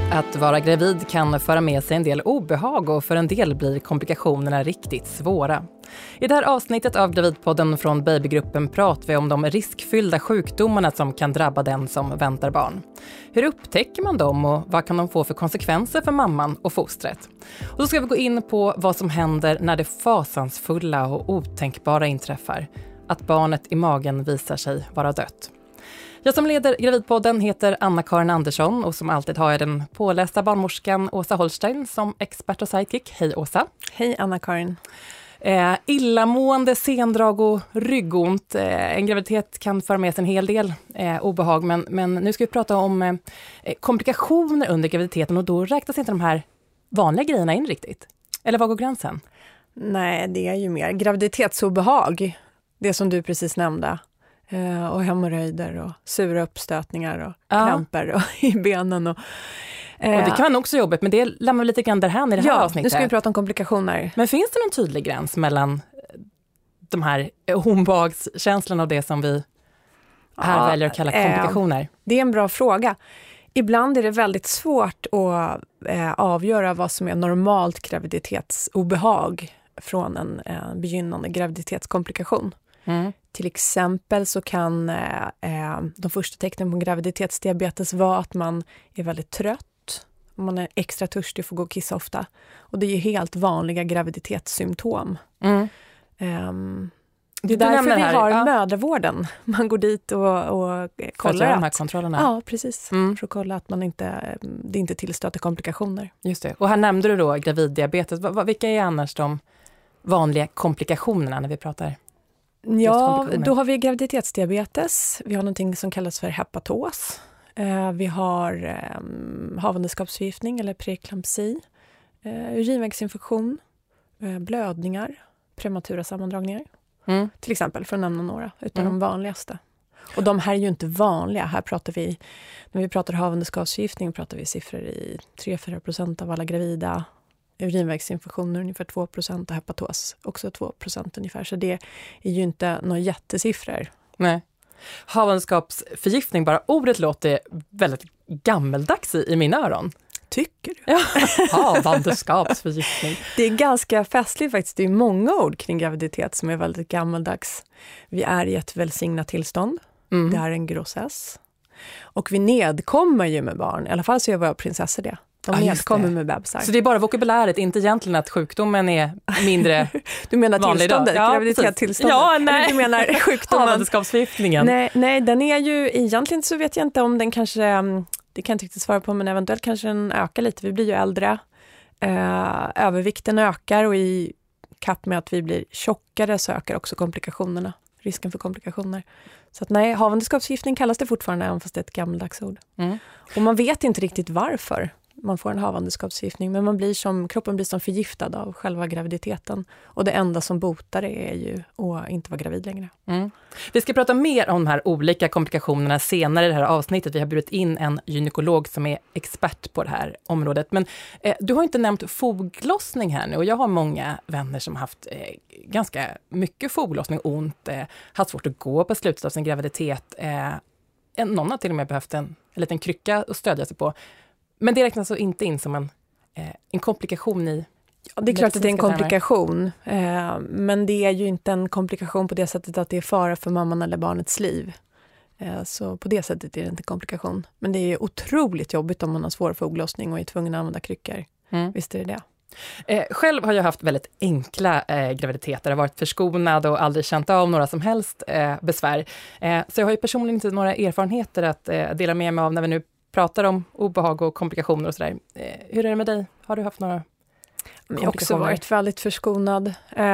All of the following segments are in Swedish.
Att vara gravid kan föra med sig en del obehag och för en del blir komplikationerna riktigt svåra. I det här avsnittet av Gravidpodden från Babygruppen pratar vi om de riskfyllda sjukdomarna som kan drabba den som väntar barn. Hur upptäcker man dem och vad kan de få för konsekvenser för mamman och fostret? Och så ska vi gå in på vad som händer när det fasansfulla och otänkbara inträffar. Att barnet i magen visar sig vara dött. Jag som leder Gravidpodden heter Anna-Karin Andersson och som alltid har jag den pålästa barnmorskan Åsa Holstein som expert och sidekick. Hej Åsa. Hej Anna-Karin. Illamående, sendrag och ryggont. En graviditet kan föra med sig en hel del obehag men nu ska vi prata om komplikationer under graviditeten och då räknas inte de här vanliga grejerna in riktigt. Eller vad går gränsen? Nej, det är ju mer graviditetsobehag. Det som du precis nämnde. Och hemorrojder och sura uppstötningar och kramper i benen. Och det kan också jobbigt, men det lämnar lite grann därhän i det här avsnittet. Nu ska vi prata om komplikationer. Men finns det någon tydlig gräns mellan de här obehagskänslorna och det som vi här väljer att kalla komplikationer? Det är en bra fråga. Ibland är det väldigt svårt att avgöra vad som är normalt graviditetsobehag från en begynnande graviditetskomplikation. Mm. Till exempel så kan de första tecknen på graviditetsdiabetes vara att man är väldigt trött. Man är extra törstig och får gå och kissa ofta. Och det är ju helt vanliga graviditetssymptom. Mm. Det är därför vi har mödravården. Man går dit och kollar för de här kontrollerna. Ja, precis. För att kolla att det inte tillstöter komplikationer. Just det. Och här nämnde du då graviddiabetes. Vilka är annars de vanliga komplikationerna när vi pratar? Ja, då har vi graviditetsdiabetes. Vi har någonting som kallas för hepatos. Vi har havandeskapsförgiftning eller preeklampsi. Urinvägsinfektion. Blödningar. Prematura sammandragningar. Till exempel, för att nämna några utav de vanligaste. Och de här är ju inte vanliga. Här pratar vi, när vi pratar havandeskapsförgiftning pratar vi siffror i 3-4% av alla gravida. Urinvägsinfektioner ungefär 2% och hepatos också 2% ungefär. Så det är ju inte några jättesiffror. Nej. Havandeskapsförgiftning, bara ordet låter väldigt gammeldags i mina öron. Tycker du? Ja. Havandeskapsförgiftning. Det är ganska festligt faktiskt. Det är många ord kring graviditet som är väldigt gammeldags. Vi är i ett välsignat tillstånd. Det är en grossess. Och vi nedkommer ju med barn. I alla fall så gör våra prinsessor det. De nedkommer med bebisar. Så det är bara vokabuläret, inte egentligen att sjukdomen är mindre du menar tillståndet, graviditetstillståndet? Ja, nej. Eller du menar sjukdomen? Havandeskapsförgiftningen. Nej, den är ju, egentligen så vet jag inte om den kanske, det kan jag inte riktigt svara på, men eventuellt kanske den ökar lite. Vi blir ju äldre, övervikten ökar och i kapp med att vi blir tjockare så ökar också komplikationerna, risken för komplikationer. Så att nej, havandeskapsförgiftning kallas det fortfarande, även fast det är ett gammaldags ord. Och man vet inte riktigt varför man får en havandeskapsförgiftning, men kroppen blir som förgiftad av själva graviditeten. Och det enda som botar det är ju att inte vara gravid längre. Vi ska prata mer om de här olika komplikationerna senare i det här avsnittet. Vi har bjudit in en gynekolog som är expert på det här området. Men du har inte nämnt foglossning här nu, och jag har många vänner som har haft ganska mycket foglossning, ont, haft svårt att gå på slutet av sin graviditet. Någon har till och med behövt en liten krycka att stödja sig på. Men det räknas så inte in som en komplikation i... Ja, det är klart att det är en komplikation. Men det är ju inte en komplikation på det sättet att det är fara för mamman eller barnets liv. Så på det sättet är det inte en komplikation. Men det är otroligt jobbigt om man har svår foglossning och är tvungen att använda kryckor. Visst är det det. Själv har jag haft väldigt enkla graviditeter. Jag har varit förskonad och aldrig känt av några som helst besvär. Så jag har ju personligen inte några erfarenheter att dela med mig av när vi nu pratar om obehag och komplikationer och sådär. Hur är det med dig? Har du haft några komplikationer? Jag har också varit väldigt förskonad.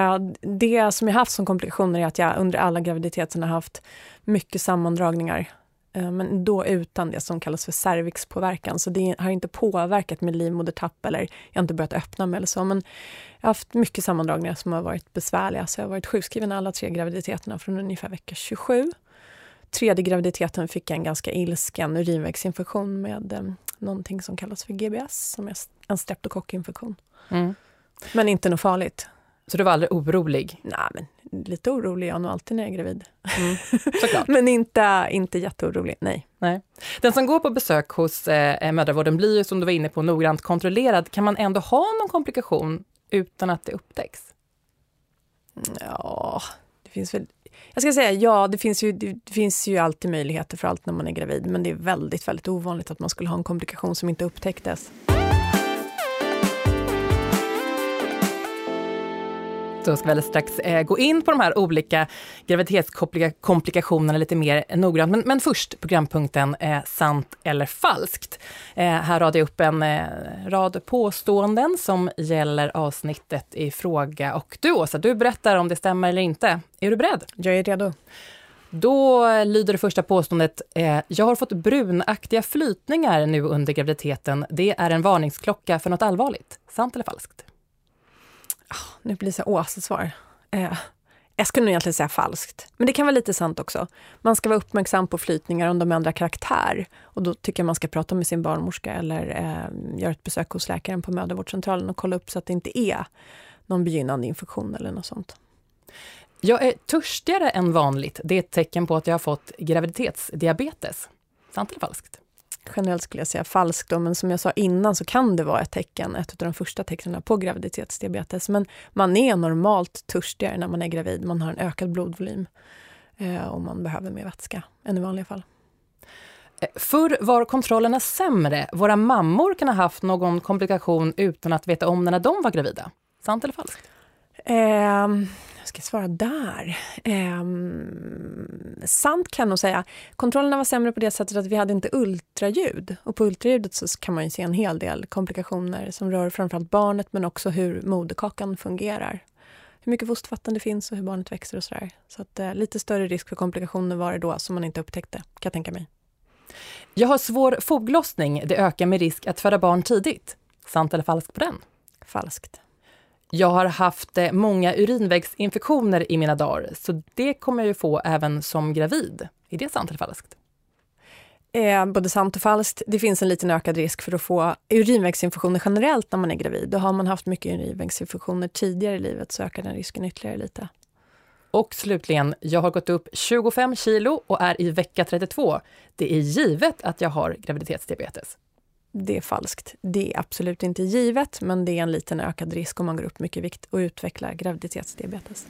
Det som jag haft som komplikationer är att jag under alla graviditeterna haft mycket sammandragningar. Men då utan det som kallas för cervixpåverkan. Så det har inte påverkat med livmodertapp eller jag har inte börjat öppna mig eller så. Men jag har haft mycket sammandragningar som har varit besvärliga. Så jag har varit sjukskriven alla 3 graviditeterna från ungefär vecka 27. 3:e graviditeten fick jag en ganska ilsken urinvägsinfektion med någonting som kallas för GBS, som är en streptokockinfektion. Men inte något farligt. Så du var aldrig orolig? Nej, men lite orolig är jag nog alltid när jag är gravid. Såklart. Men inte jätteorolig, nej. Nej. Den som går på besök hos mödravården blir ju, som du var inne på, noggrant kontrollerad. Kan man ändå ha någon komplikation utan att det upptäcks? Ja, det finns väl... Jag ska säga, ja, det finns ju alltid möjligheter för allt när man är gravid. Men det är väldigt, väldigt ovanligt att man skulle ha en komplikation som inte upptäcktes. Så ska vi strax gå in på de här olika graviditetskomplikationerna lite mer noggrant. Men först programpunkten sant eller falskt. Här radar jag upp en rad påståenden som gäller avsnittet i fråga. Och du, Åsa, du berättar om det stämmer eller inte. Är du beredd? Jag är redo. Då lyder det första påståendet: jag har fått brunaktiga flytningar nu under graviditeten. Det är en varningsklocka för något allvarligt. Sant eller falskt? Nu blir det så Åsa-svar. Jag skulle nog egentligen säga falskt. Men det kan vara lite sant också. Man ska vara uppmärksam på flytningar om de ändrar karaktär. Och då tycker jag man ska prata med sin barnmorska eller göra ett besök hos läkaren på mödravårdscentralen och kolla upp så att det inte är någon begynnande infektion eller något sånt. Jag är törstigare än vanligt. Det är ett tecken på att jag har fått graviditetsdiabetes. Sant eller falskt? Generellt skulle jag säga falskt då, men som jag sa innan så kan det vara ett av de första tecknen på graviditetsdiabetes. Men man är normalt törstigare när man är gravid. Man har en ökad blodvolym och man behöver mer vätska än i vanliga fall. Förr var kontrollerna sämre. Våra mammor kan ha haft någon komplikation utan att veta om när de var gravida. Sant eller falskt? Jag ska svara där. Sant kan nog säga. Kontrollerna var sämre på det sättet att vi hade inte ultraljud. Och på ultraljudet så kan man ju se en hel del komplikationer som rör framförallt barnet men också hur moderkakan fungerar. Hur mycket fostervatten det finns och hur barnet växer och sådär. Så att lite större risk för komplikationer var det då som man inte upptäckte, kan jag tänka mig. Jag har svår foglossning. Det ökar med risk att föda barn tidigt. Sant eller falskt på den? Falskt. Jag har haft många urinvägsinfektioner i mina dagar, så det kommer jag ju få även som gravid. Är det sant eller falskt? Både sant och falskt. Det finns en liten ökad risk för att få urinvägsinfektioner generellt när man är gravid. Då har man haft mycket urinvägsinfektioner tidigare i livet så ökar den risken ytterligare lite. Och slutligen, jag har gått upp 25 kilo och är i vecka 32. Det är givet att jag har graviditetsdiabetes. Det är falskt. Det är absolut inte givet, men det är en liten ökad risk om man går upp mycket i vikt och utvecklar graviditetsdiabetes.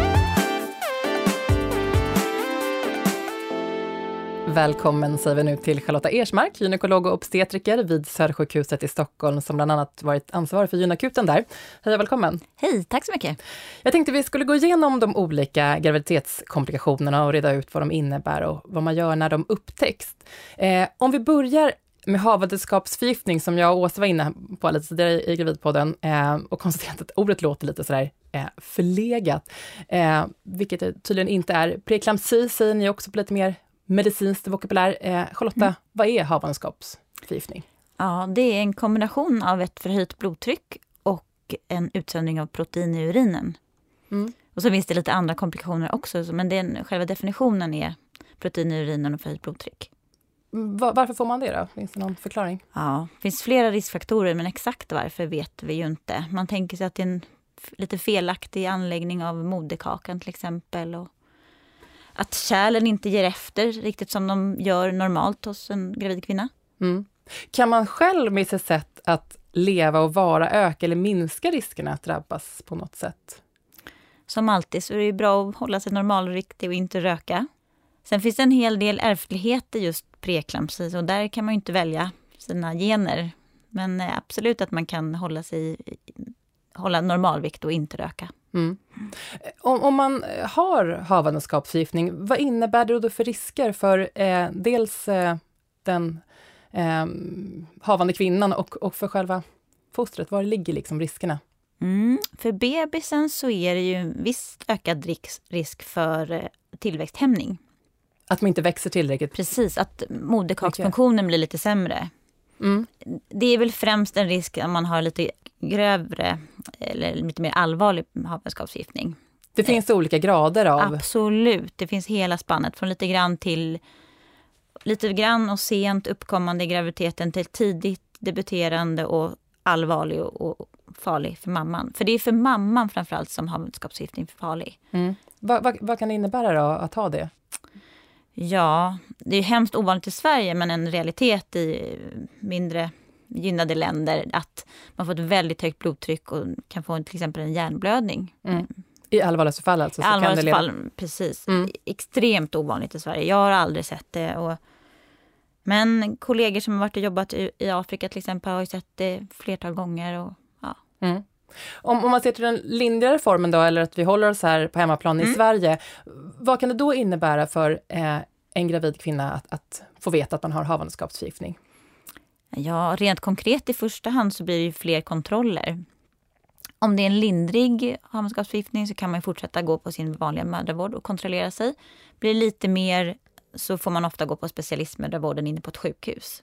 Välkommen säger vi nu till Charlotta Ersmark, gynekolog och obstetriker vid Södersjukhuset i Stockholm som bland annat varit ansvarig för gynakuten där. Hej och välkommen. Hej, tack så mycket. Jag tänkte vi skulle gå igenom de olika graviditetskomplikationerna och reda ut vad de innebär och vad man gör när de upptäcks. Om vi börjar med havandeskapsförgiftning som jag och Åsa var inne på lite tidigare i gravidpodden och konstaterat att ordet låter lite sådär förlegat. Vilket det tydligen inte är. Preeklampsi säger ni också på lite mer medicinskt vokabulär. Charlotta, vad är havandeskapsförgiftning? Ja, det är en kombination av ett förhöjt blodtryck och en utsöndring av protein i urinen. Och så finns det lite andra komplikationer också, men själva definitionen är protein i urinen och förhöjt blodtryck. Varför får man det då? Finns det någon förklaring? Ja, det finns flera riskfaktorer, men exakt varför vet vi ju inte. Man tänker sig att det är en lite felaktig anläggning av moderkakan till exempel. Och att kärlen inte ger efter riktigt som de gör normalt hos en gravid kvinna. Kan man själv med sitt sätt att leva och vara öka eller minska riskerna att drabbas på något sätt? Som alltid så är det bra att hålla sig normalviktig och inte röka. Sen finns det en hel del ärftlighet i just preeklampsi och där kan man ju inte välja sina gener. Men absolut att man kan hålla normalvikt och inte röka. Om man har havandeskapsförgiftning, vad innebär det då för risker för dels den havande kvinnan och för själva fostret? Var ligger liksom riskerna? För bebisen så är det ju en viss ökad risk för tillväxthämning. Att man inte växer tillräckligt? Precis, att moderkaksfunktionen blir lite sämre. Det är väl främst en risk om man har lite grövre eller lite mer allvarlig havandeskapsförgiftning. Det finns olika grader av? Absolut, det finns hela spannet från lite grann och sent uppkommande i graviditeten till tidigt debuterande och allvarlig och farlig för mamman. För det är för mamman framförallt som havandeskapsförgiftning är farlig. Vad kan det innebära då att ha det? Ja, det är hemskt ovanligt i Sverige, men en realitet i mindre gynnade länder att man får ett väldigt högt blodtryck och kan få till exempel en hjärnblödning. I allvarligaste fall alltså? I allvarligaste fall, precis. Extremt ovanligt i Sverige. Jag har aldrig sett det. Men kollegor som har varit och jobbat i Afrika till exempel har ju sett det flertal gånger. Om man ser till den lindrigare formen då, eller att vi håller oss här på hemmaplan i Sverige, vad kan det då innebära för en gravid kvinna att få veta att man har havandeskapsförgiftning? Ja, rent konkret i första hand så blir det ju fler kontroller. Om det är en lindrig havandeskapsförgiftning så kan man fortsätta gå på sin vanliga mödravård och kontrollera sig. Blir det lite mer så får man ofta gå på specialistmödravården inne på ett sjukhus.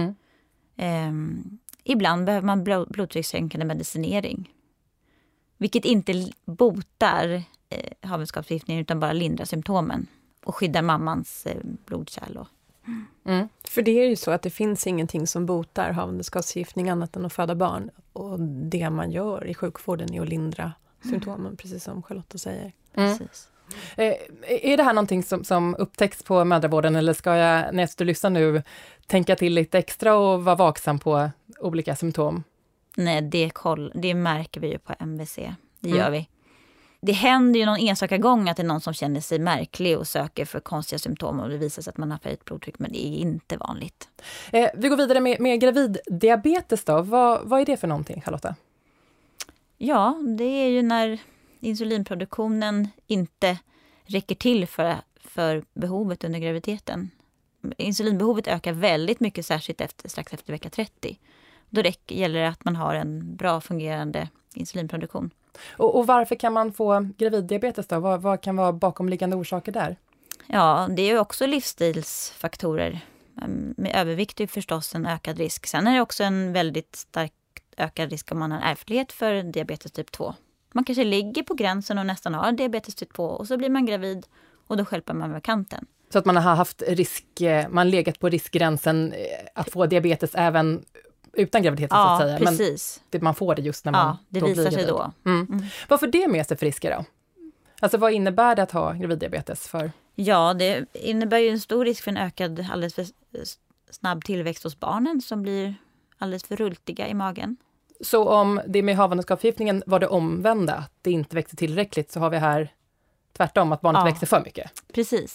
Ibland behöver man blodtryckssänkande medicinering. Vilket inte botar havandeskapsförgiftning utan bara lindrar symptomen. Och skyddar mammans blodkärl. För det är ju så att det finns ingenting som botar havandeskapsförgiftning annat än att föda barn. Och det man gör i sjukvården är att lindra symptomen, precis som Charlotta säger. Precis. Är det här någonting som upptäcks på mödravården, eller ska jag när jag lyssnar nu tänka till lite extra och vara vaksam på olika symptom? Nej, det märker vi ju på MVC. Det gör vi. Det händer ju någon enstaka gång att det är någon som känner sig märklig och söker för konstiga symptom och det visar sig att man har förhöjt blodtryck, men det är inte vanligt. Vi går vidare med graviddiabetes då. Vad är det för någonting, Charlotta? Ja, det är ju när insulinproduktionen inte räcker till för behovet under graviditeten. Insulinbehovet ökar väldigt mycket, särskilt strax efter vecka 30. Då gäller det att man har en bra fungerande insulinproduktion. Och varför kan man få graviddiabetes då? Vad kan vara bakomliggande orsaker där? Ja, det är ju också livsstilsfaktorer. Med övervikt är förstås en ökad risk. Sen är det också en väldigt stark ökad risk om man har ärftlighet för diabetes typ 2. Man kanske ligger på gränsen och nästan har diabetes typ 2 och så blir man gravid och då stjälper man över kanten. Så att man har haft man legat på riskgränsen att få diabetes även utan graviditeten, så att säga. Precis. Men man får det just när man det då visar blir sig gravid. då. Varför det med sig för risker då? Alltså vad innebär det att ha graviddiabetes för? Ja, det innebär ju en stor risk för en ökad alldeles för snabb tillväxt hos barnen som blir alldeles för rultiga i magen. Så om det med havandeskapsförgiftningen var det omvända, att det inte växte tillräckligt, så har vi här tvärtom, att barnet växer för mycket? Precis.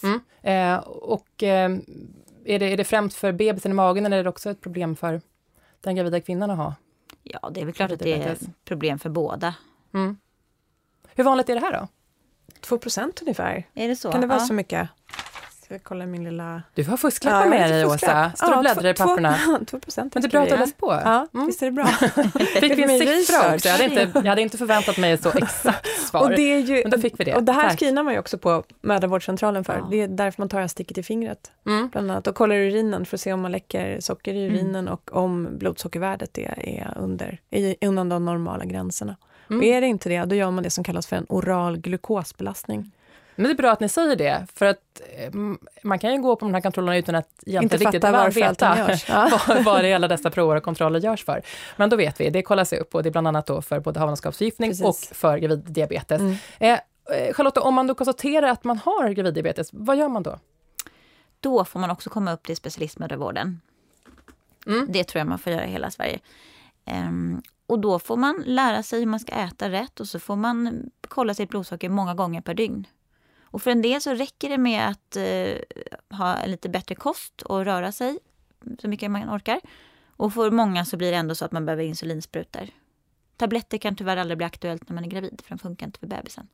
Är det främst för bebisen i magen, eller är det också ett problem för den gravida kvinnan att ha? Ja, det är väl klart att det är ett problem för båda. Hur vanligt är det här då? 2% ungefär. Är det så? Kan det vara så mycket? Ska jag kolla min lilla... Du har fusklat med dig, Åsa. Står du och bläddrar i papperna? 2%. Men det är bra att du har läst på. Ja, visst är det bra. Fick vi en siffra också? Jag hade inte förväntat mig så exakt svar. Och det är ju, men då fick vi det. Och det här screenar man ju också på mödravårdscentralen för. Det är därför man tar sticket i fingret. Bland annat. Och kollar urinen för att se om man läcker socker i urinen och om blodsockervärdet är under de normala gränserna. Och är det inte det, då gör man det som kallas för en oral glukosbelastning. Men det är bra att ni säger det, för att man kan ju gå på de här kontrollerna utan att inte riktigt veta vad det alla dessa prover och kontroller görs för. Men då vet vi, det kollas upp, och det är bland annat då för både havandeskapsförgiftning och för graviddiabetes. Charlotta, om man då konstaterar att man har graviddiabetes, vad gör man då? Då får man också komma upp till specialistmödravården. Det tror jag man får göra i hela Sverige. Och då får man lära sig hur man ska äta rätt, och så får man kolla sitt blodsocker många gånger per dygn. Och för en del så räcker det med att ha en lite bättre kost och röra sig så mycket man orkar. Och för många så blir det ändå så att man behöver insulinsprutor. Tabletter kan tyvärr aldrig bli aktuellt när man är gravid, för de funkar inte för bebisen.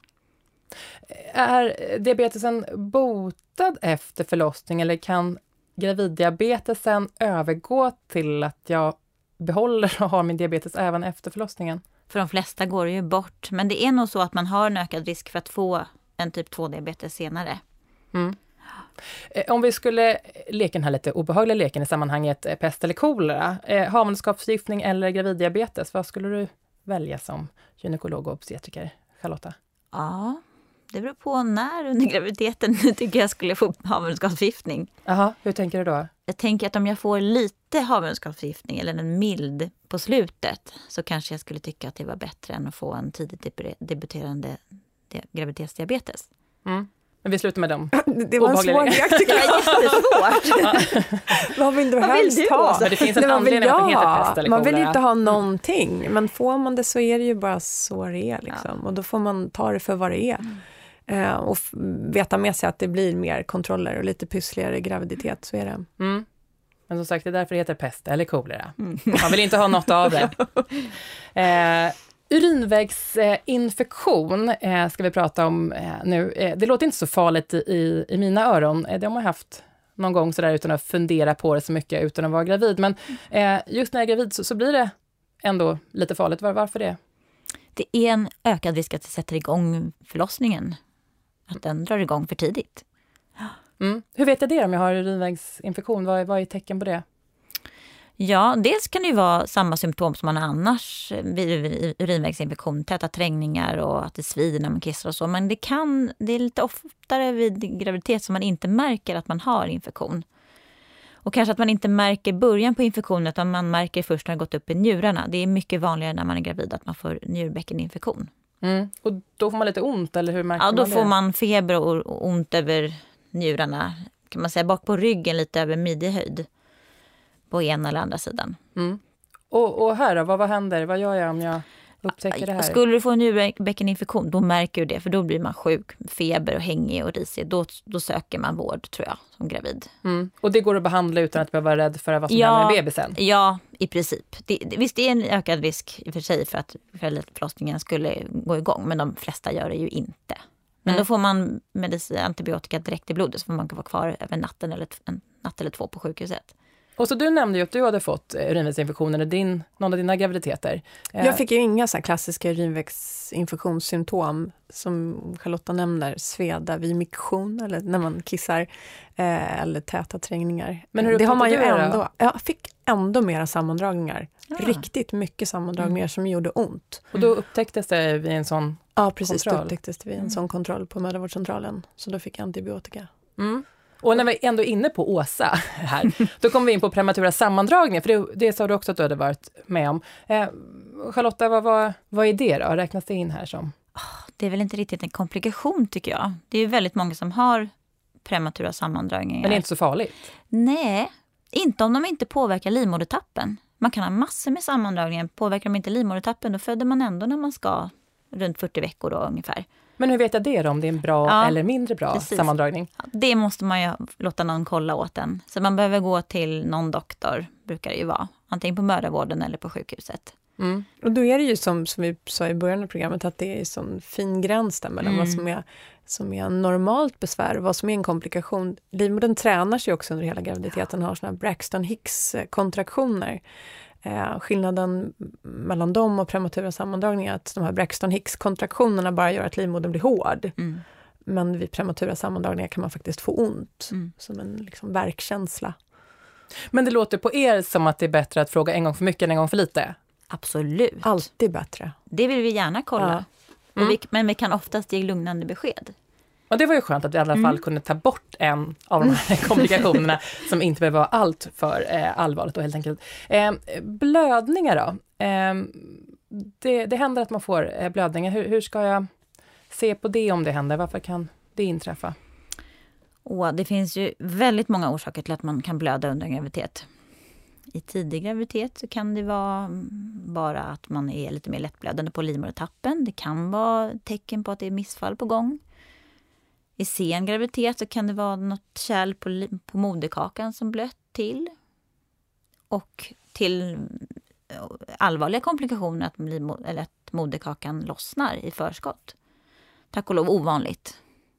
Är diabetesen botad efter förlossning, eller kan graviddiabetesen övergå till att jag behåller och har min diabetes även efter förlossningen? För de flesta går det ju bort, men det är nog så att man har en ökad risk för att få en typ 2-diabetes senare. Om vi skulle leka den här lite obehagliga leken i sammanhanget pest eller kolera, havandeskapsförgiftning eller graviddiabetes, vad skulle du välja som gynekolog och obstetriker, Charlotta? Ja, det beror på när under graviditeten tycker jag skulle få havandeskapsförgiftning. Jaha, hur tänker du då? Jag tänker att om jag får lite havandeskapsförgiftning eller en mild på slutet, så kanske jag skulle tycka att det var bättre än att få en tidigt debuterande graviditetsdiabetes. Men vi slutar med dem. Det var en svår jakt. Det är jättesvårt. Vad vill du helst ha? Men det finns en anledning att det heter pest eller kolera. Man vill inte ha någonting. Men får man det så är det ju bara så det är. Liksom. Och då får man ta det för vad det är. Och veta med sig att det blir mer kontroller och lite pyssligare graviditet. Så är det. Mm. Men som sagt, det är därför det heter pest eller kolera. Man vill inte ha något av det. Urinvägsinfektion ska vi prata om nu. Det låter inte så farligt i mina öron. Det har man haft någon gång sådär utan att fundera på det så mycket utan att vara gravid. Men just när jag är gravid så blir det ändå lite farligt. Varför det? Det är en ökad risk att det sätter igång förlossningen. Att den drar igång för tidigt. Mm. Hur vet jag det om jag har urinvägsinfektion? Vad är tecken på det? Ja, dels kan det ju vara samma symptom som man annars vid urinvägsinfektion, täta trängningar och att det svider när man kissar och så. Men det är lite oftare vid graviditet som man inte märker att man har infektion. Och kanske att man inte märker början på infektionen utan man märker först när det gått upp i njurarna. Det är mycket vanligare när man är gravid att man får njurbäckeninfektion. Mm. Och då får man lite ont eller hur märker man det? Ja, då får man feber och ont över njurarna. Kan man säga bak på ryggen lite över midjehöjd. På ena eller andra sidan. Mm. Och här då, vad händer? Vad gör jag om jag upptäcker det här? Skulle du få en njurbäckeninfektion, då märker du det. För då blir man sjuk, feber och hängig och risig. Då söker man vård, tror jag, som gravid. Mm. Och det går att behandla utan att behöva vara rädd för vad som händer med bebisen? Ja, i princip. Visst, det är en ökad risk i för sig för att förlossningen skulle gå igång. Men de flesta gör det ju inte. Men då får man antibiotika direkt i blodet så får man vara kvar över natten eller en natt eller två på sjukhuset. Och så du nämnde ju att du hade fått urinvägsinfektioner i någon av dina graviditeter. Jag fick ju inga så här klassiska urinvägsinfektionssymptom som Charlotta nämner, sveda vid miktion eller när man kissar eller täta trängningar. Men hur det har man ju ändå. Jag fick ändå mera sammandragningar. Ja. Riktigt mycket sammandragningar som gjorde ont. Och då upptäcktes det vid en sån kontroll? Ja, precis. Då upptäcktes det vid en sån kontroll på mödravårdscentralen. Så då fick jag antibiotika. Mm. Och när vi ändå är inne på Åsa här, då kommer vi in på prematura sammandragningar, för det sa du också att du hade varit med om. Charlotta, vad är det då? Räknas det in här som? Det är väl inte riktigt en komplikation tycker jag. Det är ju väldigt många som har prematura sammandragningar. Men det är inte så farligt? Nej, inte om de inte påverkar livmodertappen. Man kan ha massor med sammandragningar. Påverkar de inte livmodertappen, då föder man ändå när man ska runt 40 veckor då ungefär. Men hur vet jag det då, om det är en bra eller mindre bra sammandragning? Ja, det måste man ju låta någon kolla åt en. Så man behöver gå till någon doktor, brukar det ju vara. Antingen på mödravården eller på sjukhuset. Mm. Och då är det ju som vi sa i början av programmet att det är en sån fin gräns där mellan vad som är normalt besvär och vad som är en komplikation. Livmodern tränar sig också under hela graviditeten och har såna här Braxton Hicks-kontraktioner. Skillnaden mellan dem och prematura sammandragningar är att de här Braxton Hicks-kontraktionerna bara gör att livmodern blir hård. Mm. Men vid prematura sammandragningar kan man faktiskt få ont som en liksom värkkänsla. Men det låter på er som att det är bättre att fråga en gång för mycket än en gång för lite? Absolut. Alltid bättre. Det vill vi gärna kolla. Ja. Men vi kan oftast ge lugnande besked. Och det var ju skönt att vi i alla fall kunde ta bort en av de här komplikationerna som inte behöver vara allt för allvarligt och helt enkelt. Blödningar då? Det händer att man får blödningar. Hur ska jag se på det om det händer? Varför kan det inträffa? Det finns ju väldigt många orsaker till att man kan blöda under en graviditet. I tidig graviditet så kan det vara bara att man är lite mer lättblödande på livmodertappen. Det kan vara tecken på att det är missfall på gång. I sen graviditet så kan det vara något kärl på moderkakan som blött till. Och till allvarliga komplikationer att moderkakan lossnar i förskott. Tack och lov ovanligt.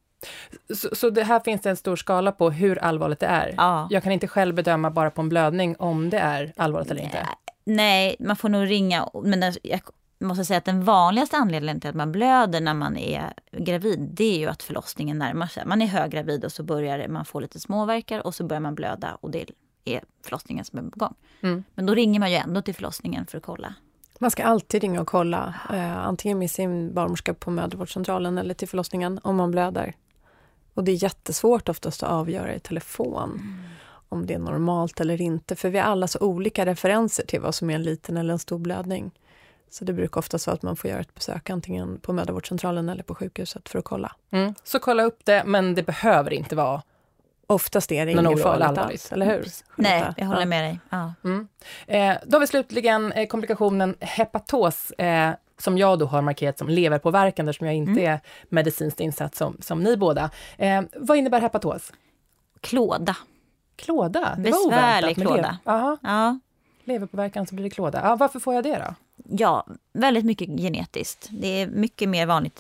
Så det här finns det en stor skala på hur allvarligt det är? Ja. Jag kan inte själv bedöma bara på en blödning om det är allvarligt eller inte? Nej, man får nog ringa. Men jag måste säga att den vanligaste anledningen till att man blöder när man är gravid, det är ju att förlossningen närmar sig. Man är höggravid och så börjar man få lite småverkar och så börjar man blöda och det är förlossningen som är på gång. Mm. Men då ringer man ju ändå till förlossningen för att kolla. Man ska alltid ringa och kolla, antingen med sin barnmorska på mödravårdscentralen eller till förlossningen om man blöder. Och det är jättesvårt oftast att avgöra i telefon om det är normalt eller inte. För vi har alla så olika referenser till vad som är en liten eller en stor blödning. Så det brukar ofta vara att man får göra ett besök antingen på mödravårdscentralen eller på sjukhuset för att kolla. Så kolla upp det, men det behöver inte vara... Oftast är det inget farligt alls, eller hur? Nej, jag håller med dig. Ja. Då har vi slutligen komplikationen hepatos, som jag då har markerat som leverpåverkande, som jag inte är medicinskt insatt som ni båda. Vad innebär hepatos? Klåda. Klåda? Det var besvärlig klåda. Ja. Leverpåverkan, så blir det klåda. Ja, varför får jag det då? Ja, väldigt mycket genetiskt. Det är mycket mer vanligt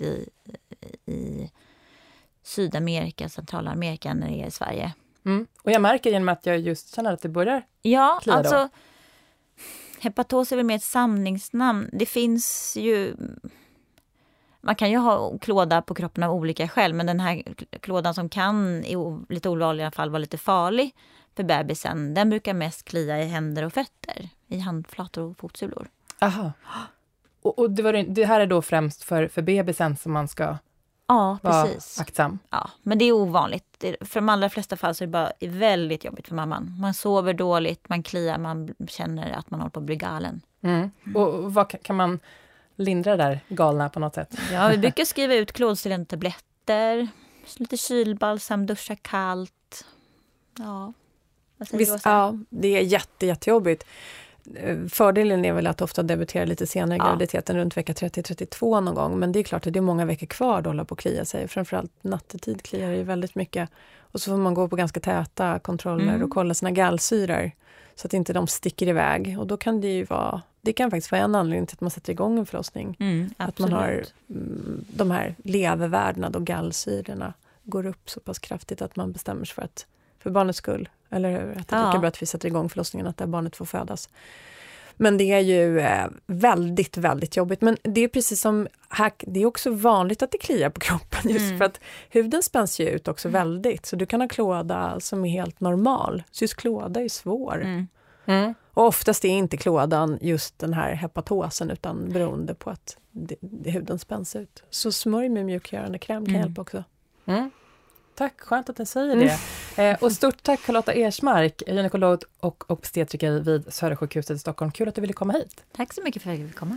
i Sydamerika, Centralamerika än det är i Sverige. Och jag märker genom att jag just känner att det börjar klia alltså, hepatos är väl mer ett samlingsnamn. Det finns ju... Man kan ju ha klåda på kroppen av olika skäl, men den här klådan som kan i lite ovanliga fall vara lite farlig för bebisen, den brukar mest klia i händer och fötter, i handflator och fotsulor. Aha. Och det här är då främst för bebisen som man ska vara aktsam? Ja, men det är ovanligt. För de allra flesta fall så är det bara väldigt jobbigt för mamman. Man sover dåligt, man kliar, man känner att man håller på att bli galen. Och vad kan man lindra där galna på något sätt? Ja, vi brukar skriva ut klådstillande tabletter, lite kylbalsam, duscha kallt. Ja, visst, det är jättejobbigt. Fördelen är väl att ofta debutera lite senare i graviditeten, runt vecka 30-32 någon gång. Men det är klart att det är många veckor kvar att hålla på att klia sig. Framförallt nattetid kliar det väldigt mycket. Och så får man gå på ganska täta kontroller och kolla sina gallsyror så att inte de sticker iväg. Och då kan det ju vara... Det kan faktiskt vara en anledning till att man sätter igång en förlossning. Att man har de här levervärdena då gallsyrorna går upp så pass kraftigt att man bestämmer sig för barnets skull. Eller att det är lika bra att vi sätter igång förlossningen, att det barnet får födas. Men det är ju väldigt, väldigt jobbigt. Men det är precis som det är också vanligt att det kliar på kroppen just för att huden spänns ju ut också väldigt. Så du kan ha klåda som är helt normal. Så just klåda är svår. Och oftast är inte klådan just den här hepatosen utan beroende på att huden spänns ut. Så smörj med mjukgörande kräm kan hjälpa också. Tack, skönt att ni säger det. Och stort tack Charlotta Ersmark, gynekolog och obstetriker vid Södersjukhuset i Stockholm. Kul att du ville komma hit. Tack så mycket för att jag fick komma.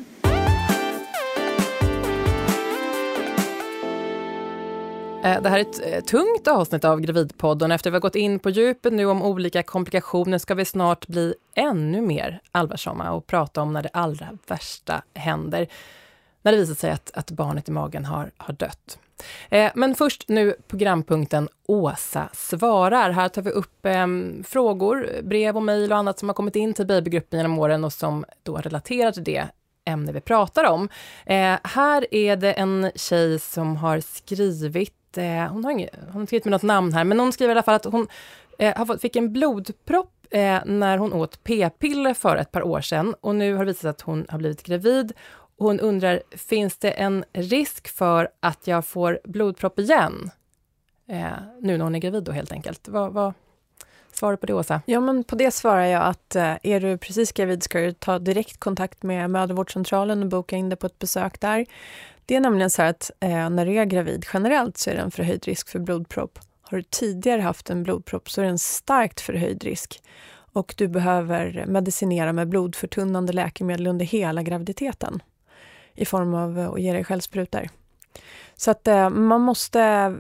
Det här är ett tungt avsnitt av Gravidpodden. Efter vi har gått in på djupet nu om olika komplikationer ska vi snart bli ännu mer allvarsamma och prata om när det allra värsta händer. När det visar sig att barnet i magen har dött. Men först nu programpunkten Åsa svarar. Här tar vi upp frågor, brev och mejl och annat som har kommit in till babygruppen genom åren och som då relaterar till det ämne vi pratar om. Här är det en tjej som har skrivit, hon har inte skrivit med något namn här, men hon skriver i alla fall att hon fick en blodpropp när hon åt p-piller för ett par år sedan och nu har det visat sig att hon har blivit gravid. Hon undrar, finns det en risk för att jag får blodpropp igen? Nu när hon är gravid då helt enkelt. Vad svarar du på det, Åsa? Ja, men på det svarar jag att är du precis gravid ska du ta direkt kontakt med mödravårdscentralen och boka in det på ett besök där. Det är nämligen så att när du är gravid generellt så är det en förhöjd risk för blodpropp. Har du tidigare haft en blodpropp så är det en starkt förhöjd risk. Och du behöver medicinera med blodförtunnande läkemedel under hela graviditeten. I form av att ge dig själv sprutor. Så att man måste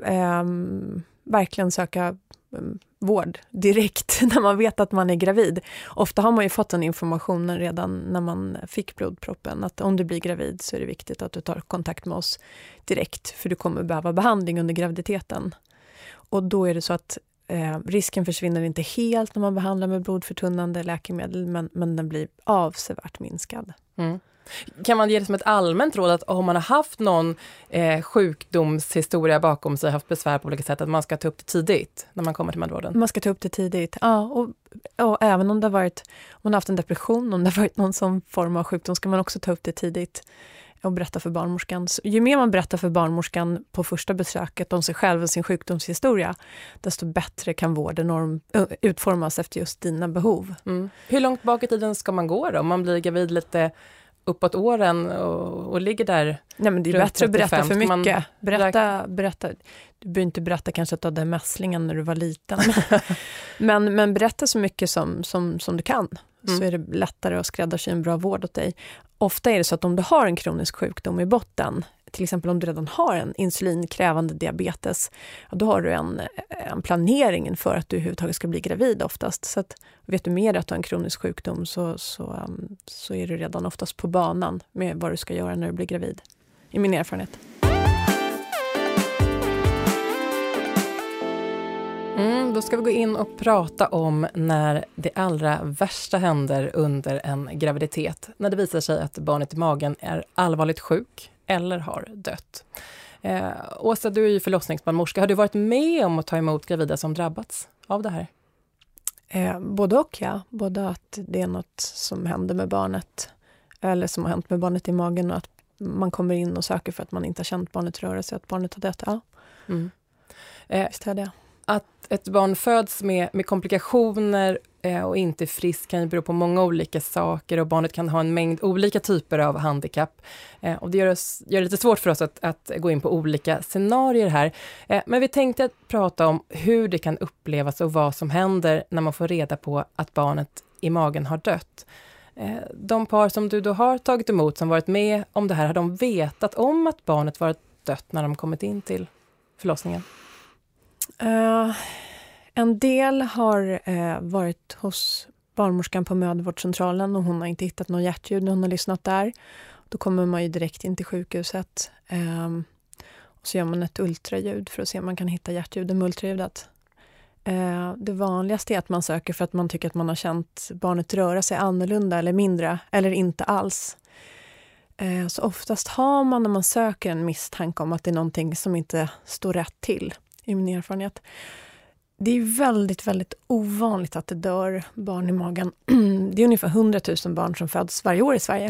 verkligen söka vård direkt när man vet att man är gravid. Ofta har man ju fått den informationen redan när man fick blodproppen. Att om du blir gravid så är det viktigt att du tar kontakt med oss direkt. För du kommer behöva behandling under graviditeten. Och då är det så att risken försvinner inte helt när man behandlar med blodförtunnande läkemedel. Men den blir avsevärt minskad. Kan man ge det som ett allmänt råd att om man har haft någon sjukdomshistoria bakom sig, haft besvär på olika sätt, att man ska ta upp det tidigt när man kommer till mödravården? Man ska ta upp det tidigt, ja. Och även om det har varit, om man har haft en depression, om det har varit någon sån form av sjukdom, ska man också ta upp det tidigt och berätta för barnmorskan. Ju mer man berättar för barnmorskan på första besöket om sig själv och sin sjukdomshistoria, desto bättre kan vården utformas efter just dina behov. Hur långt bak i tiden ska man gå då? Om man blir gravid lite uppåt åren och ligger där. Nej, men det är bättre att berätta för mycket. Berätta. Du behöver inte berätta kanske att du hade mässlingen när du var liten. men berätta så mycket som du kan. Så är det lättare att skräddarsy en bra vård åt dig. ofta är det så att om du har en kronisk sjukdom i botten, till exempel om du redan har en insulinkrävande diabetes, då har du en planering för att du överhuvudtaget ska bli gravid oftast. Så att vet du mer att du har en kronisk sjukdom så är du redan oftast på banan med vad du ska göra när du blir gravid, i min erfarenhet. Då ska vi gå in och prata om när det allra värsta händer under en graviditet. När det visar sig att barnet i magen är allvarligt sjuk eller har dött. Åsa, du är ju förlossningsbarnmorska. Har du varit med om att ta emot gravida som drabbats av det här? Både och, ja. Både att det är något som händer med barnet eller som har hänt med barnet i magen och att man kommer in och söker för att man inte har känt barnet röra sig, att barnet har dött. Ja. Visst är det. Att ett barn föds med komplikationer och inte är frisk kan ju bero på många olika saker och barnet kan ha en mängd olika typer av handikapp. Och det gör det lite svårt för oss att gå in på olika scenarier här. Men vi tänkte att prata om hur det kan upplevas och vad som händer när man får reda på att barnet i magen har dött. De par som du då har tagit emot som varit med om det här, har de vetat om att barnet varit dött när de kommit in till förlossningen? En del har varit hos barnmorskan på mödravårdscentralen och hon har inte hittat någon hjärtljud när hon har lyssnat där. Då kommer man ju direkt in till sjukhuset och så gör man ett ultraljud för att se om man kan hitta hjärtljuden med ultraljudet. Det vanligaste är att man söker för att man tycker att man har känt barnet röra sig annorlunda eller mindre eller inte alls. Så oftast har man när man söker en misstanke om att det är någonting som inte står rätt till, i min erfarenhet. Det är väldigt, väldigt ovanligt att det dör barn i magen. Det är ungefär 100 000 barn som föds varje år i Sverige.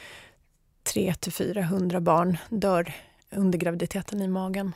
300-400 barn dör under graviditeten i magen.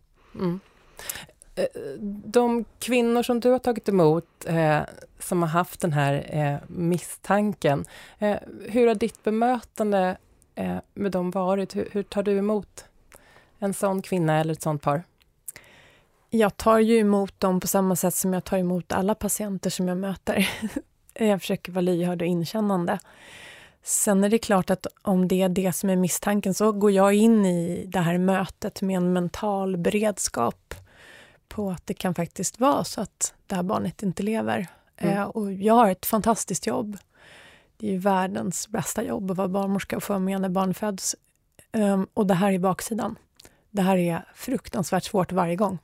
De kvinnor som du har tagit emot som har haft den här misstanken, hur har ditt bemötande med dem varit? Hur tar du emot en sån kvinna eller ett sånt par? Jag tar ju emot dem på samma sätt som jag tar emot alla patienter som jag möter. Jag försöker vara lyhörd och inkännande. Sen är det klart att om det är det som är misstanken så går jag in i det här mötet med en mental beredskap på att det kan faktiskt vara så att det här barnet inte lever. Och jag har ett fantastiskt jobb. Det är ju världens bästa jobb att vara barnmorska och få med när barn föds. Och det här är baksidan. Det här är fruktansvärt svårt varje gång.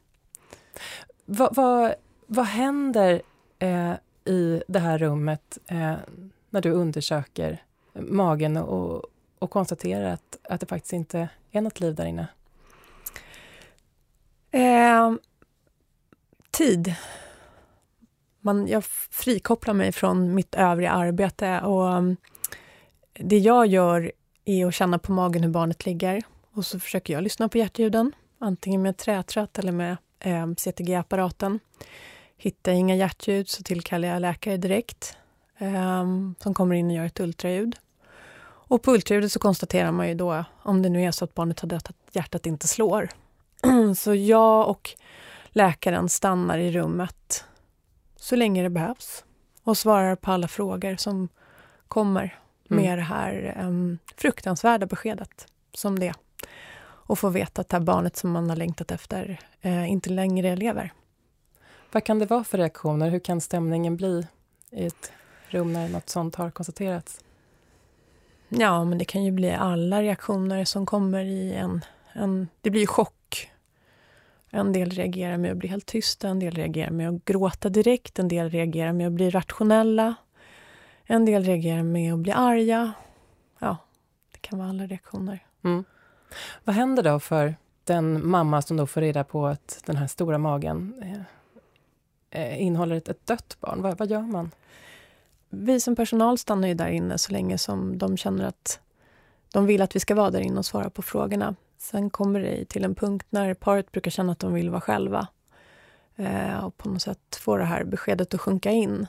Vad händer i det här rummet när du undersöker magen och konstaterar att det faktiskt inte är något liv där inne? Tid. Jag frikopplar mig från mitt övriga arbete och det jag gör är att känna på magen hur barnet ligger och så försöker jag lyssna på hjärtljuden, antingen med trätratt eller med CTG-apparaten. Hittar inga hjärtljud så tillkallar jag läkare direkt som kommer in och gör ett ultraljud. Och på ultraljudet så konstaterar man ju då, om det nu är så att barnet har dött, att hjärtat inte slår. Så jag och läkaren stannar i rummet så länge det behövs och svarar på alla frågor som kommer med det här fruktansvärda beskedet som det. Och få veta att det här barnet som man har längtat efter inte längre lever. Vad kan det vara för reaktioner? Hur kan stämningen bli i ett rum när något sånt har konstaterats? Ja, men det kan ju bli alla reaktioner som kommer i det blir ju chock. En del reagerar med att bli helt tysta, en del reagerar med att gråta direkt, en del reagerar med att bli rationella, en del reagerar med att bli arga. Ja, det kan vara alla reaktioner. Vad händer då för den mamma som då får reda på att den här stora magen innehåller ett dött barn? Vad gör man? Vi som personal stannar ju där inne så länge som de känner att de vill att vi ska vara där inne och svara på frågorna. Sen kommer det till en punkt när paret brukar känna att de vill vara själva. Och på något sätt få det här beskedet att sjunka in.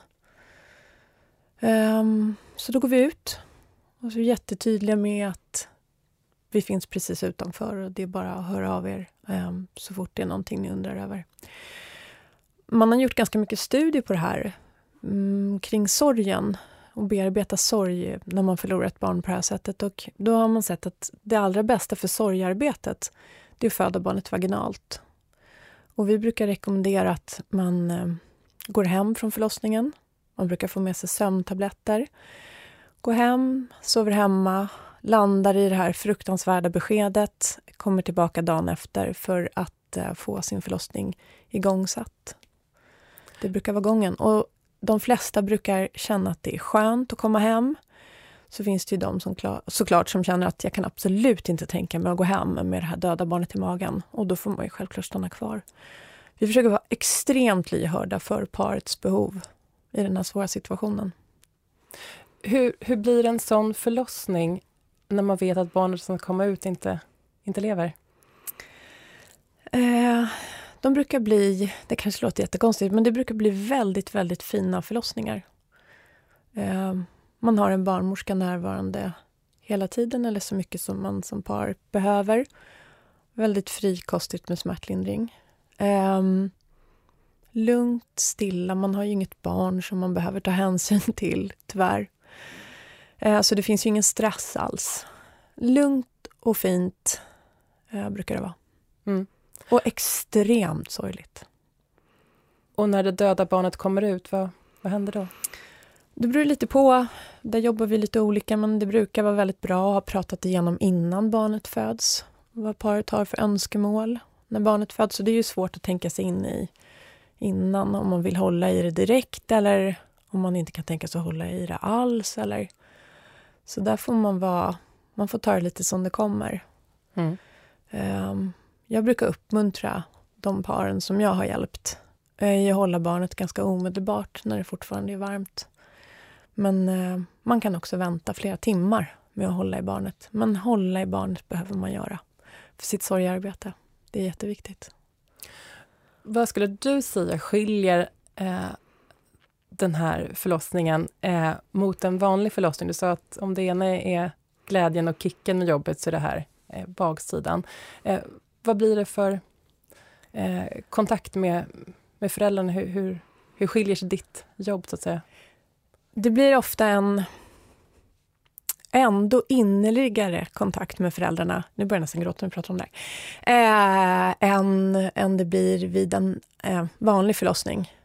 Så då går vi ut. Och så är vi jättetydliga med att vi finns precis utanför. Och det är bara att höra av er så fort det är någonting ni undrar över. Man har gjort ganska mycket studier på det här. Kring sorgen. och bearbeta sorg när man förlorar ett barn på det här sättet. Och då har man sett att det allra bästa för sorgarbetet, det är att föda barnet vaginalt. Och vi brukar rekommendera att man går hem från förlossningen. Man brukar få med sig sömntabletter. Gå hem, sover hemma, landar i det här fruktansvärda beskedet, kommer tillbaka dagen efter för att få sin förlossning igångsatt. Det brukar vara gången. Och de flesta brukar känna att det är skönt att komma hem. Så finns det ju de som såklart som känner att jag kan absolut inte tänka mig att gå hem med det här döda barnet i magen. Och då får man ju självklart stanna kvar. Vi försöker vara extremt lyhörda för parets behov i den här svåra situationen. Hur blir en sån förlossning när man vet att barnet som kommer ut inte lever? De brukar bli, det kanske låter jättekonstigt, men det brukar bli väldigt, väldigt fina förlossningar. Man har en barnmorska närvarande hela tiden eller så mycket som man som par behöver. Väldigt frikostigt med smärtlindring. Lugnt, stilla, man har ju inget barn som man behöver ta hänsyn till, tyvärr. Så det finns ju ingen stress alls. Lugnt och fint brukar det vara. Mm. Och extremt sorgligt. Och när det döda barnet kommer ut, vad händer då? Det beror lite på. Där jobbar vi lite olika, men det brukar vara väldigt bra att ha pratat igenom innan barnet föds. Vad paret har för önskemål när barnet föds. Så det är ju svårt att tänka sig in i innan, om man vill hålla i det direkt eller om man inte kan tänka sig att hålla i det alls. Eller. Så där får man får ta det lite som det kommer. Mm. Jag brukar uppmuntra de paren som jag har hjälpt i att hålla barnet ganska omedelbart när det fortfarande är varmt. Men man kan också vänta flera timmar med att hålla i barnet. Men hålla i barnet behöver man göra för sitt sorgarbete. Det är jätteviktigt. Vad skulle du säga skiljer den här förlossningen mot en vanlig förlossning? Du sa att om det ena är glädjen och kicken med jobbet så är det här baksidan. Vad blir det för kontakt med föräldrarna? Hur skiljer sig ditt jobb så att säga? Det blir ofta en ändå innerligare kontakt med föräldrarna. Nu börjar jag nästan gråta när vi pratar om det här. Än det blir vid en vanlig förlossning.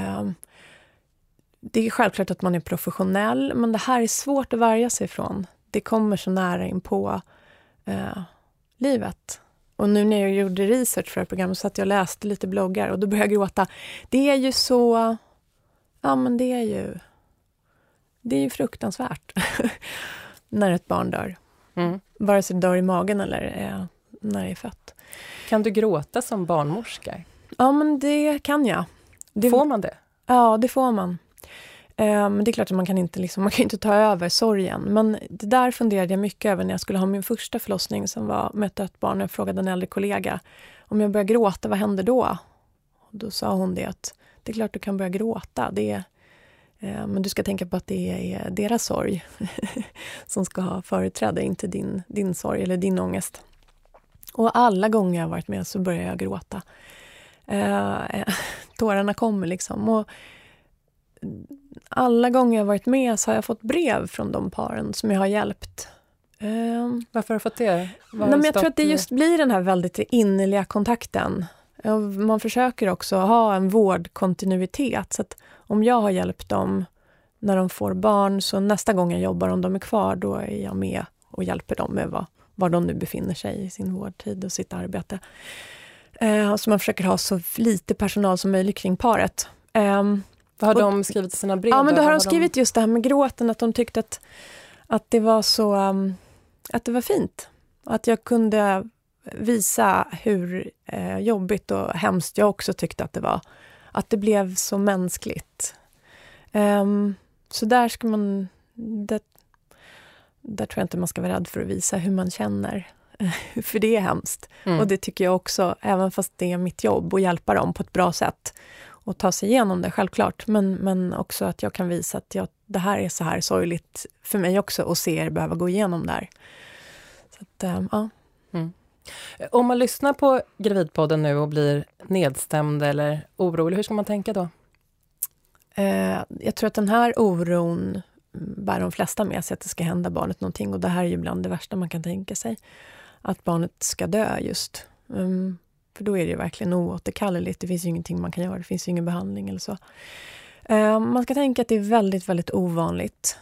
Det är självklart att man är professionell, men det här är svårt att värja sig ifrån. Det kommer så nära in på livet. Och nu när jag gjorde research för det här programmet så att jag läste lite bloggar och då började jag gråta. Det är ju så... Ja, men det är ju fruktansvärt när ett barn dör. Mm. Vare sig det dör i magen eller när det är fött. Kan du gråta som barnmorska? Ja, men det kan jag. Får man det? Ja, det får man. Men det är klart att man kan inte ta över sorgen. Men det där funderade jag mycket över när jag skulle ha min första förlossning som var med ett dött barn. Jag frågade en äldre kollega om jag börjar gråta, vad händer då? Och då sa hon det att det är klart du kan börja gråta. Men du ska tänka på att det är deras sorg som ska ha företräde, inte din sorg eller din ångest. Och alla gånger jag har varit med så börjar jag gråta. Tårarna kommer liksom. Och alla gånger jag varit med så har jag fått brev från de paren som jag har hjälpt. Varför har du fått det? Jag tror att det just blir den här väldigt innerliga kontakten. Man försöker också ha en vårdkontinuitet. Så att om jag har hjälpt dem när de får barn så nästa gång jag jobbar om de är kvar då är jag med och hjälper dem med var de nu befinner sig i sin vårdtid och sitt arbete. Så man försöker ha så lite personal som möjligt kring paret. Vad har de skrivit i sina brev? Ja, men då har de skrivit just det här med gråten, att de tyckte att det var så att det var fint. Att jag kunde visa hur jobbigt och hemskt jag också tyckte att det var. Att det blev så mänskligt. Så där ska man... Där tror jag inte man ska vara rädd för att visa hur man känner. För det är hemskt. Och det tycker jag också, även fast det är mitt jobb, att hjälpa dem på ett bra sätt. Och ta sig igenom det, självklart. Men också att jag kan visa att det här är så här sorgligt för mig också. Och se er behöva gå igenom där. Så att, ja. Mm. Om man lyssnar på Gravidpodden nu och blir nedstämd eller orolig, hur ska man tänka då? Jag tror att den här oron bär de flesta med sig att det ska hända barnet någonting. Och det här är ju bland det värsta man kan tänka sig. Att barnet ska dö just. För då är det ju verkligen oåterkalleligt. Det finns ju ingenting man kan göra. Det finns ju ingen behandling eller så. Man ska tänka att det är väldigt, väldigt ovanligt.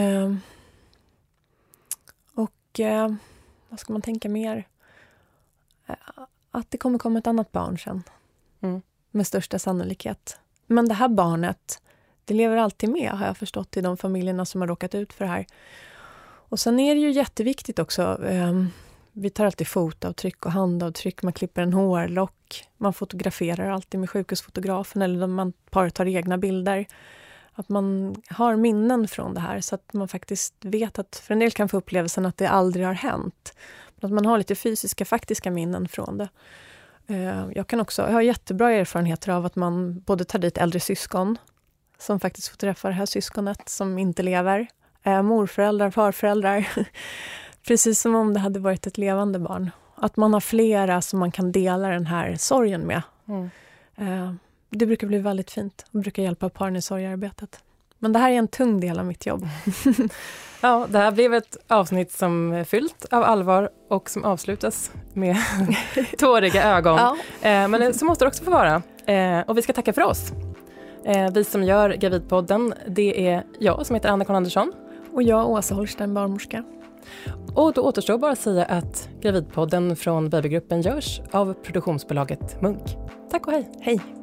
Vad ska man tänka mer? Att det kommer komma ett annat barn sen. Med största sannolikhet. Men det här barnet, det lever alltid med, har jag förstått, i de familjerna som har råkat ut för det här. Och sen är det ju jätteviktigt också. Vi tar alltid fotavtryck och handavtryck. Man klipper en hårlock. Man fotograferar alltid med sjukhusfotografen. Eller man tar egna bilder. Att man har minnen från det här. Så att man faktiskt vet att, för en del kan få upplevelsen att det aldrig har hänt. Men att man har lite fysiska, faktiska minnen från det. Jag har jättebra erfarenheter av att man både tar dit äldre syskon. Som faktiskt får träffa det här syskonet som inte lever. Morföräldrar, farföräldrar. Precis som om det hade varit ett levande barn. Att man har flera som man kan dela den här sorgen med. Det brukar bli väldigt fint och brukar hjälpa paren i sorgarbetet. Men det här är en tung del av mitt jobb. Ja, det här blev ett avsnitt som är fyllt av allvar och som avslutas med tåriga ögon. Ja. Men så måste det också få vara. Och vi ska tacka för oss. Vi som gör Gravidpodden, det är jag som heter Anna-Karin Andersson. Och jag, Åsa Holstein, barnmorska. Och då återstår bara att säga att Gravidpodden från Babygruppen görs av produktionsbolaget Munk. Tack och hej! Hej!